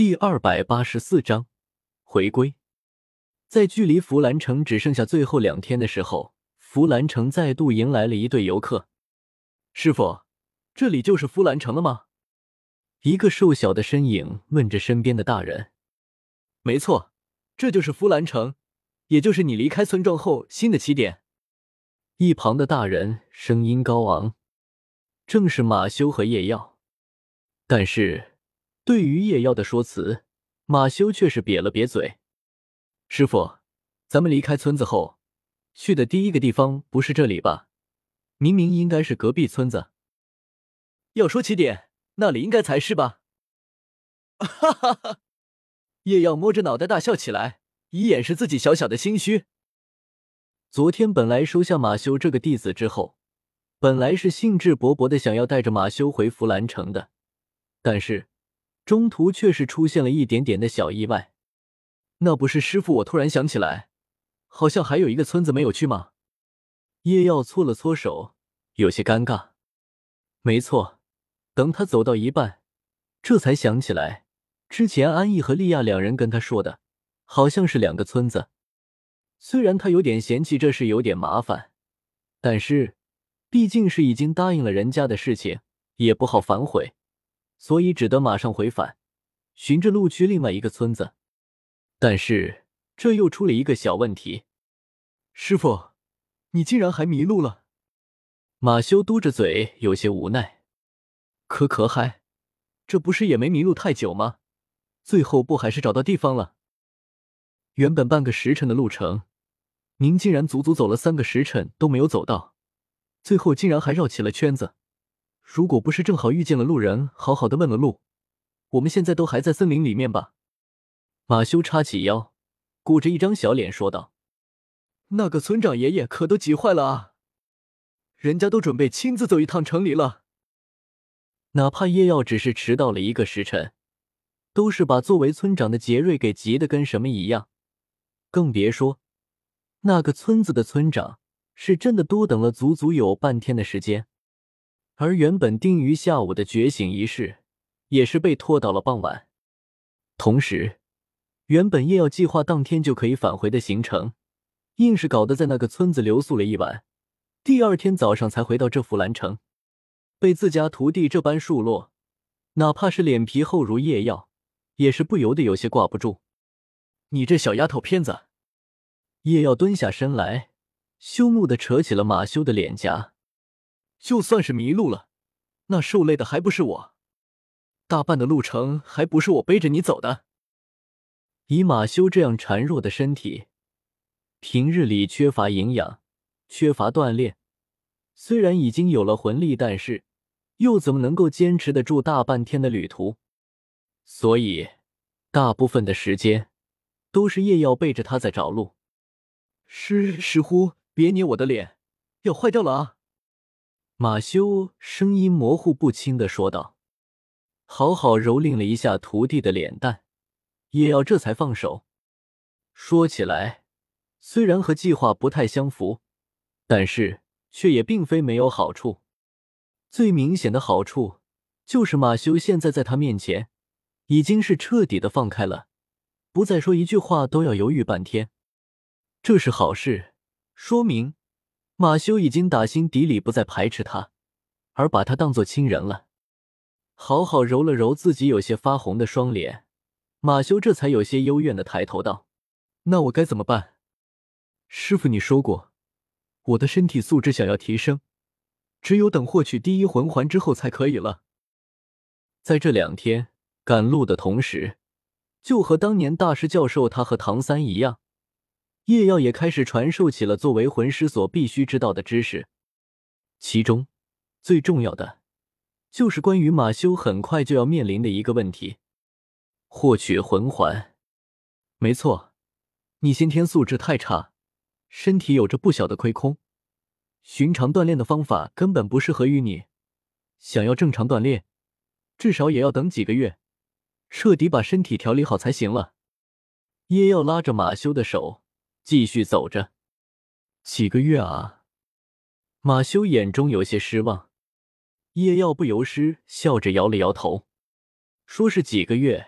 第284章回归。在距离弗兰城只剩下最后2天的时候，弗兰城再度迎来了一队游客。师傅，这里就是弗兰城了吗？一个瘦小的身影问着身边的大人。没错，这就是弗兰城，也就是你离开村庄后新的起点。一旁的大人声音高昂，正是马修和叶耀。但是对于叶耀的说辞，马修却是瘪了瘪嘴。师傅，咱们离开村子后去的第一个地方不是这里吧？明明应该是隔壁村子。要说起点，那里应该才是吧？哈哈哈！叶耀摸着脑袋大笑起来，以掩饰自己小小的心虚。昨天本来收下马修这个弟子之后，本来是兴致勃勃的想要带着马修回弗兰城的，但是中途却是出现了一点点的小意外。那不是师傅，我突然想起来，好像还有一个村子没有去吗？叶耀搓了搓手，有些尴尬。没错，等他走到一半，这才想起来，之前安逸和利亚2人跟他说的，好像是2个村子。虽然他有点嫌弃这事有点麻烦，但是毕竟是已经答应了人家的事情，也不好反悔，所以只得马上回返，循着路去另外一个村子。但是这又出了一个小问题。师傅，你竟然还迷路了。马修嘟着嘴，有些无奈。可嗨，这不是也没迷路太久吗？最后不还是找到地方了？原本半个时辰的路程，您竟然足足走了3个时辰都没有走到，最后竟然还绕起了圈子。如果不是正好遇见了路人，好好的问了路，我们现在都还在森林里面吧？马修叉起腰，鼓着一张小脸说道。那个村长爷爷可都急坏了啊，人家都准备亲自走一趟城里了。哪怕叶耀只是迟到了1个时辰，都是把作为村长的杰瑞给急得跟什么一样，更别说那个村子的村长是真的多等了足足有半天的时间。而原本定于下午的觉醒仪式也是被拖到了傍晚。同时原本叶耀计划当天就可以返回的行程，硬是搞得在那个村子留宿了一晚，第2天早上才回到这弗兰城。被自家徒弟这般数落，哪怕是脸皮厚如叶耀，也是不由得有些挂不住。你这小丫头片子！叶耀蹲下身来，羞怒地扯起了马修的脸颊。就算是迷路了，那受累的还不是我？大半的路程还不是我背着你走的？以马修这样孱弱的身体，平日里缺乏营养，缺乏锻炼，虽然已经有了魂力，但是又怎么能够坚持得住大半天的旅途？所以大部分的时间都是叶耀背着他在找路。师呼，别捏我的脸，要坏掉了啊！马修声音模糊不清地说道。好好蹂躏了一下徒弟的脸蛋，叶耀这才放手。说起来，虽然和计划不太相符，但是却也并非没有好处。最明显的好处就是马修现在在他面前已经是彻底的放开了，不再说一句话都要犹豫半天。这是好事，说明马修已经打心底里不再排斥他，而把他当作亲人了。好好揉了揉自己有些发红的双脸，马修这才有些幽怨的抬头道：那我该怎么办？师父你说过，我的身体素质想要提升，只有等获取第1魂环之后才可以了。在这2天赶路的同时，就和当年大师教授他和唐三一样，叶耀也开始传授起了作为魂师所必须知道的知识。其中最重要的就是关于马修很快就要面临的一个问题：获取魂环。没错，你先天素质太差，身体有着不小的亏空，寻常锻炼的方法根本不适合于你。想要正常锻炼，至少也要等几个月，彻底把身体调理好才行了。叶耀拉着马修的手继续走着。几个月啊？马修眼中有些失望。叶耀不由师笑着摇了摇头，说是几个月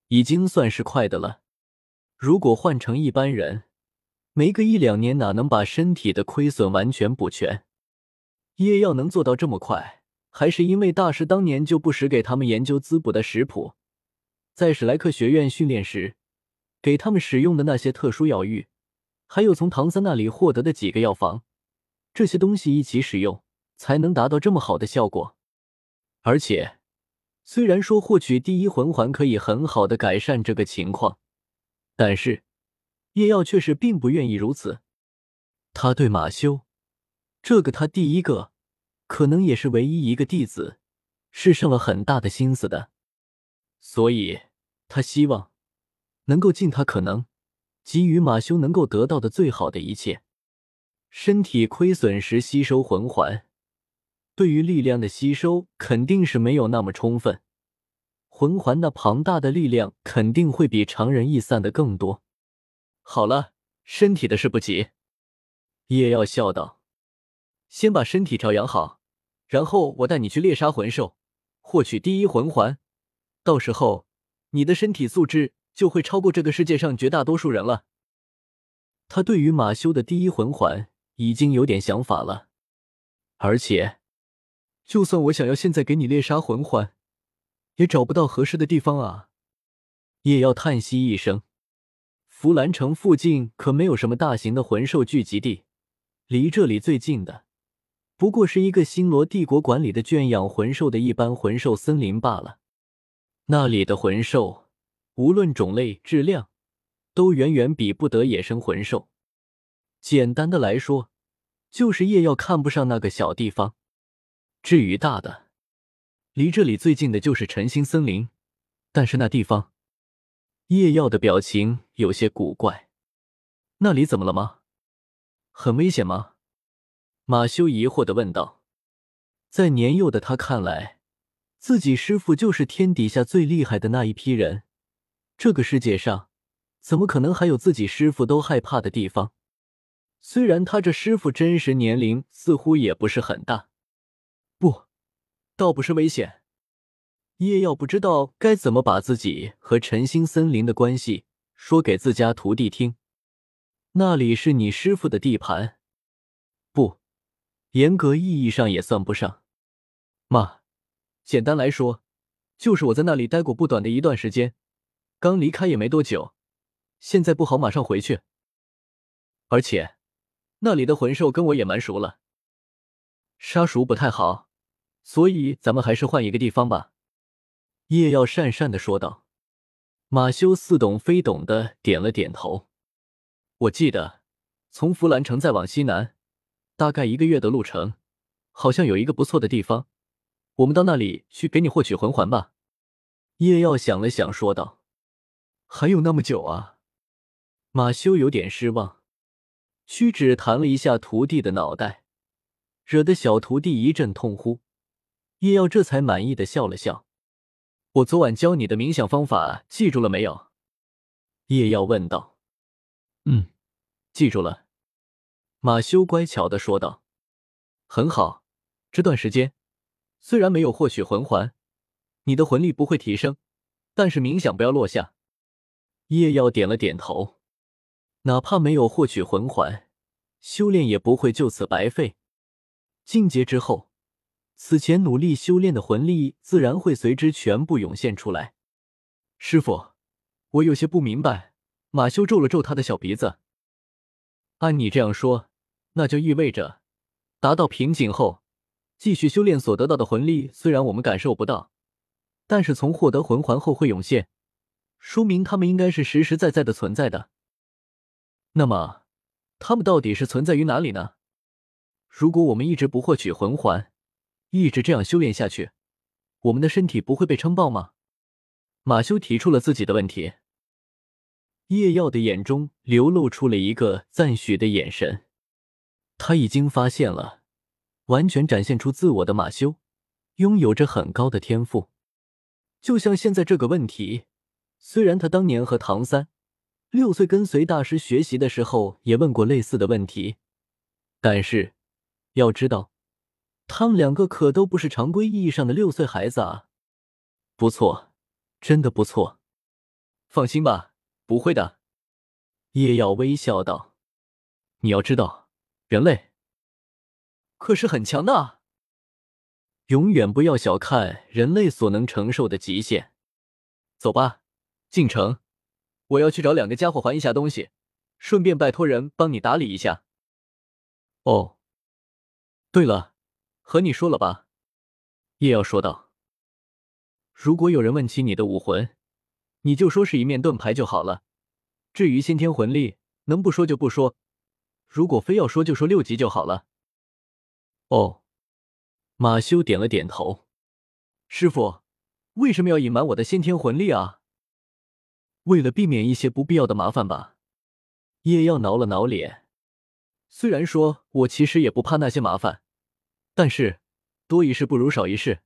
已经算是快的了。如果换成一般人，没个1-2年哪能把身体的亏损完全补全？叶耀能做到这么快，还是因为大师当年就不时给他们研究滋补的食谱，在史莱克学院训练时给他们使用的那些特殊药浴，还有从唐三那里获得的几个药方，这些东西一起使用，才能达到这么好的效果。而且虽然说获取第一魂环可以很好的改善这个情况，但是叶耀却是并不愿意如此。他对马修，这个他第一个，可能也是唯一一个弟子，是上了很大的心思的，所以他希望能够尽他可能给予马修能够得到的最好的一切。身体亏损时吸收魂环，对于力量的吸收肯定是没有那么充分，魂环那庞大的力量肯定会比常人逸散的更多。好了，身体的事不急。叶耀笑道，先把身体调养好，然后我带你去猎杀魂兽，获取第一魂环，到时候你的身体素质就会超过这个世界上绝大多数人了。他对于马修的第一魂环已经有点想法了，而且就算我想要现在给你猎杀魂环，也找不到合适的地方啊。叶耀叹息一声，弗兰城附近可没有什么大型的魂兽聚集地，离这里最近的不过是一个星罗帝国管理的圈养魂兽的一般魂兽森林罢了。那里的魂兽无论种类质量都远远比不得野生魂兽，简单的来说就是叶耀看不上那个小地方。至于大的，离这里最近的就是晨星森林，但是那地方……叶耀的表情有些古怪。那里怎么了吗？很危险吗？马修疑惑地问道。在年幼的他看来，自己师父就是天底下最厉害的那一批人，这个世界上怎么可能还有自己师父都害怕的地方？虽然他这师父真实年龄似乎也不是很大。不，倒不是危险。叶耀不知道该怎么把自己和晨星森林的关系说给自家徒弟听。那里是你师父的地盘？不，严格意义上也算不上。妈，简单来说，就是我在那里待过不短的一段时间，刚离开也没多久，现在不好马上回去。而且，那里的魂兽跟我也蛮熟了，杀熟不太好，所以咱们还是换一个地方吧。叶耀讪讪地说道。马修似懂非懂地点了点头。我记得，从弗兰城再往西南，大概1个月的路程，好像有一个不错的地方，我们到那里去给你获取魂环吧。叶耀想了想说道。还有那么久啊？马修有点失望，屈指弹了一下徒弟的脑袋，惹得小徒弟一阵痛呼。叶耀这才满意的笑了笑。我昨晚教你的冥想方法记住了没有？叶耀问道。记住了。马修乖巧地说道。很好，这段时间虽然没有获取魂环，你的魂力不会提升，但是冥想不要落下。叶耀点了点头。哪怕没有获取魂环，修炼也不会就此白费。进阶之后，此前努力修炼的魂力自然会随之全部涌现出来。师父，我有些不明白。马修皱了皱他的小鼻子。按你这样说，那就意味着达到瓶颈后继续修炼所得到的魂力虽然我们感受不到，但是从获得魂环后会涌现，说明他们应该是实实在在的存在的。那么他们到底是存在于哪里呢？如果我们一直不获取魂环，一直这样修炼下去，我们的身体不会被撑爆吗？马修提出了自己的问题。叶耀的眼中流露出了一个赞许的眼神。他已经发现了，完全展现出自我的马修拥有着很高的天赋。就像现在这个问题，虽然他当年和唐三6岁跟随大师学习的时候也问过类似的问题，但是要知道，他们2个可都不是常规意义上的6岁孩子啊。不错，真的不错。 放心吧，不会的。叶耀微笑道：“你要知道，人类可是很强的啊，永远不要小看人类所能承受的极限。走吧，进城，我要去找2个家伙还一下东西，顺便拜托人帮你打理一下。”哦，对了，和你说了吧？叶耀说道：“如果有人问起你的武魂，你就说是一面盾牌就好了。至于先天魂力，能不说就不说，如果非要说就说6级就好了。”哦，马修点了点头。师傅，为什么要隐瞒我的先天魂力啊？为了避免一些不必要的麻烦吧。叶耀挠了挠脸，虽然说我其实也不怕那些麻烦，但是多一事不如少一事。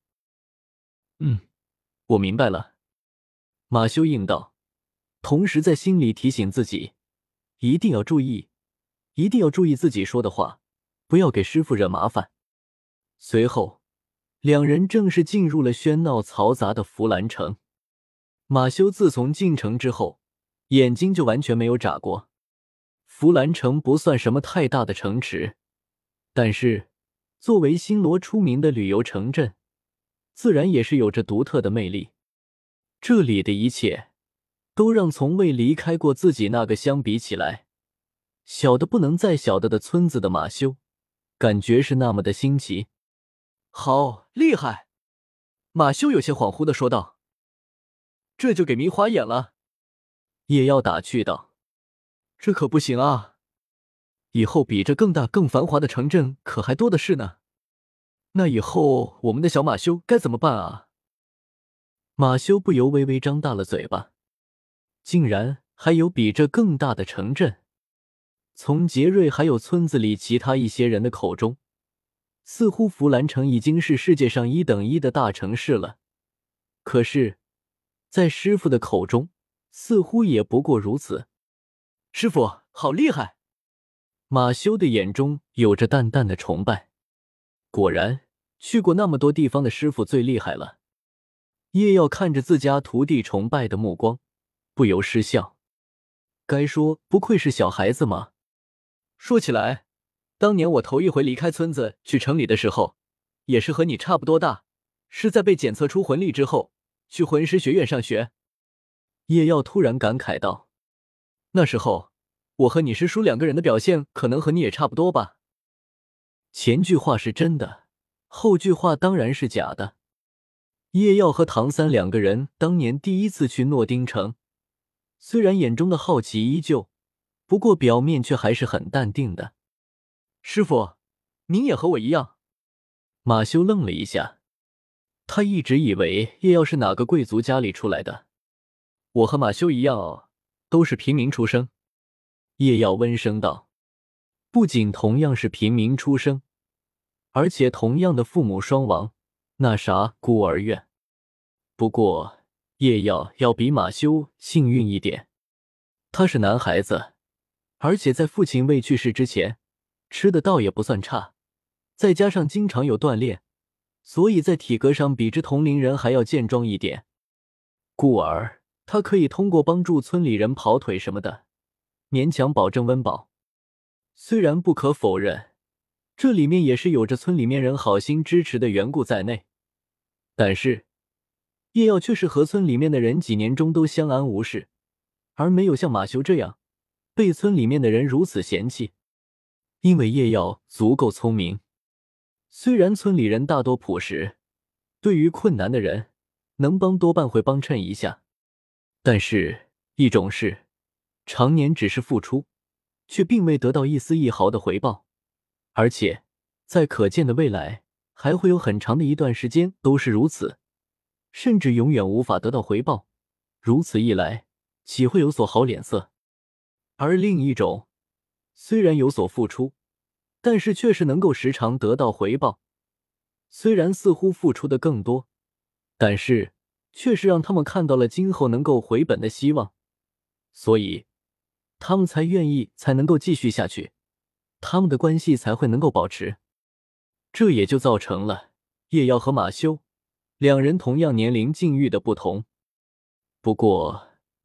我明白了。马修应道，同时在心里提醒自己，一定要注意自己说的话，不要给师傅惹麻烦。随后，两人正式进入了喧闹嘈杂的弗兰城。马修自从进城之后，眼睛就完全没有眨过。弗兰城不算什么太大的城池，但是作为星罗出名的旅游城镇，自然也是有着独特的魅力。这里的一切都让从未离开过自己那个相比起来小的不能再小的村子的马修，感觉是那么的新奇。好厉害！马修有些恍惚地说道。这就给迷花眼了。叶妖打趣道。这可不行啊，以后比这更大更繁华的城镇可还多的是呢。那以后我们的小马修该怎么办啊？马修不由微微张大了嘴巴，竟然还有比这更大的城镇。从杰瑞还有村子里其他一些人的口中，似乎弗兰城已经是世界上1等1的大城市了。可是在师傅的口中，似乎也不过如此。师傅，好厉害！马修的眼中有着淡淡的崇拜。果然，去过那么多地方的师傅最厉害了。叶耀看着自家徒弟崇拜的目光，不由失笑。该说不愧是小孩子嘛。说起来，当年我头一回离开村子去城里的时候，也是和你差不多大，是在被检测出魂力之后，去魂师学院上学。叶耀突然感慨道。那时候，我和你师叔2个人的表现可能和你也差不多吧。前句话是真的，后句话当然是假的。叶耀和唐三2个人当年第一次去诺丁城，虽然眼中的好奇依旧，不过表面却还是很淡定的。师傅，您也和我一样？马修愣了一下，他一直以为叶耀是哪个贵族家里出来的。我和马修一样哦，都是平民出身。叶耀温声道。不仅同样是平民出生，而且同样的父母双亡，那啥孤儿院。不过叶耀要比马修幸运一点，他是男孩子，而且在父亲未去世之前，吃的倒也不算差，再加上经常有锻炼，所以在体格上比之同龄人还要健壮一点。故而他可以通过帮助村里人跑腿什么的，勉强保证温饱。虽然不可否认，这里面也是有着村里面人好心支持的缘故在内，但是叶耀却是和村里面的人几年中都相安无事，而没有像马修这样被村里面的人如此嫌弃。因为叶耀足够聪明，虽然村里人大多朴实，对于困难的人能帮多半会帮衬一下，但是一种事常年只是付出，却并未得到一丝一毫的回报，而且在可见的未来还会有很长的一段时间都是如此，甚至永远无法得到回报。如此一来，岂会有所好脸色？而另一种，虽然有所付出，但是却是能够时常得到回报。虽然似乎付出的更多，但是却是让他们看到了今后能够回本的希望，所以他们才愿意，才能够继续下去，他们的关系才会能够保持。这也就造成了叶耀和马修2人同样年龄境遇的不同。不过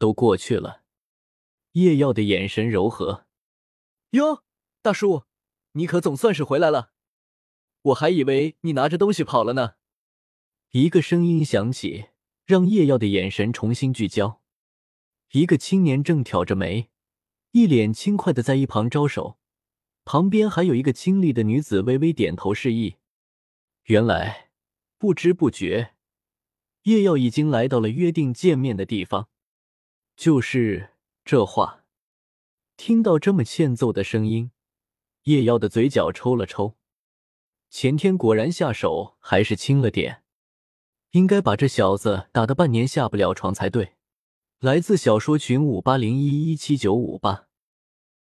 都过去了。叶耀的眼神柔和。哟，大叔，你可总算是回来了，我还以为你拿着东西跑了呢。一个声音响起，让叶耀的眼神重新聚焦。一个青年正挑着眉，一脸轻快的在一旁招手，旁边还有一个清丽的女子微微点头示意。原来不知不觉，叶耀已经来到了约定见面的地方。就是这话，听到这么欠揍的声音，叶耀的嘴角抽了抽。前天果然下手还是轻了点，应该把这小子打得半年下不了床才对。来自小说群5801179558。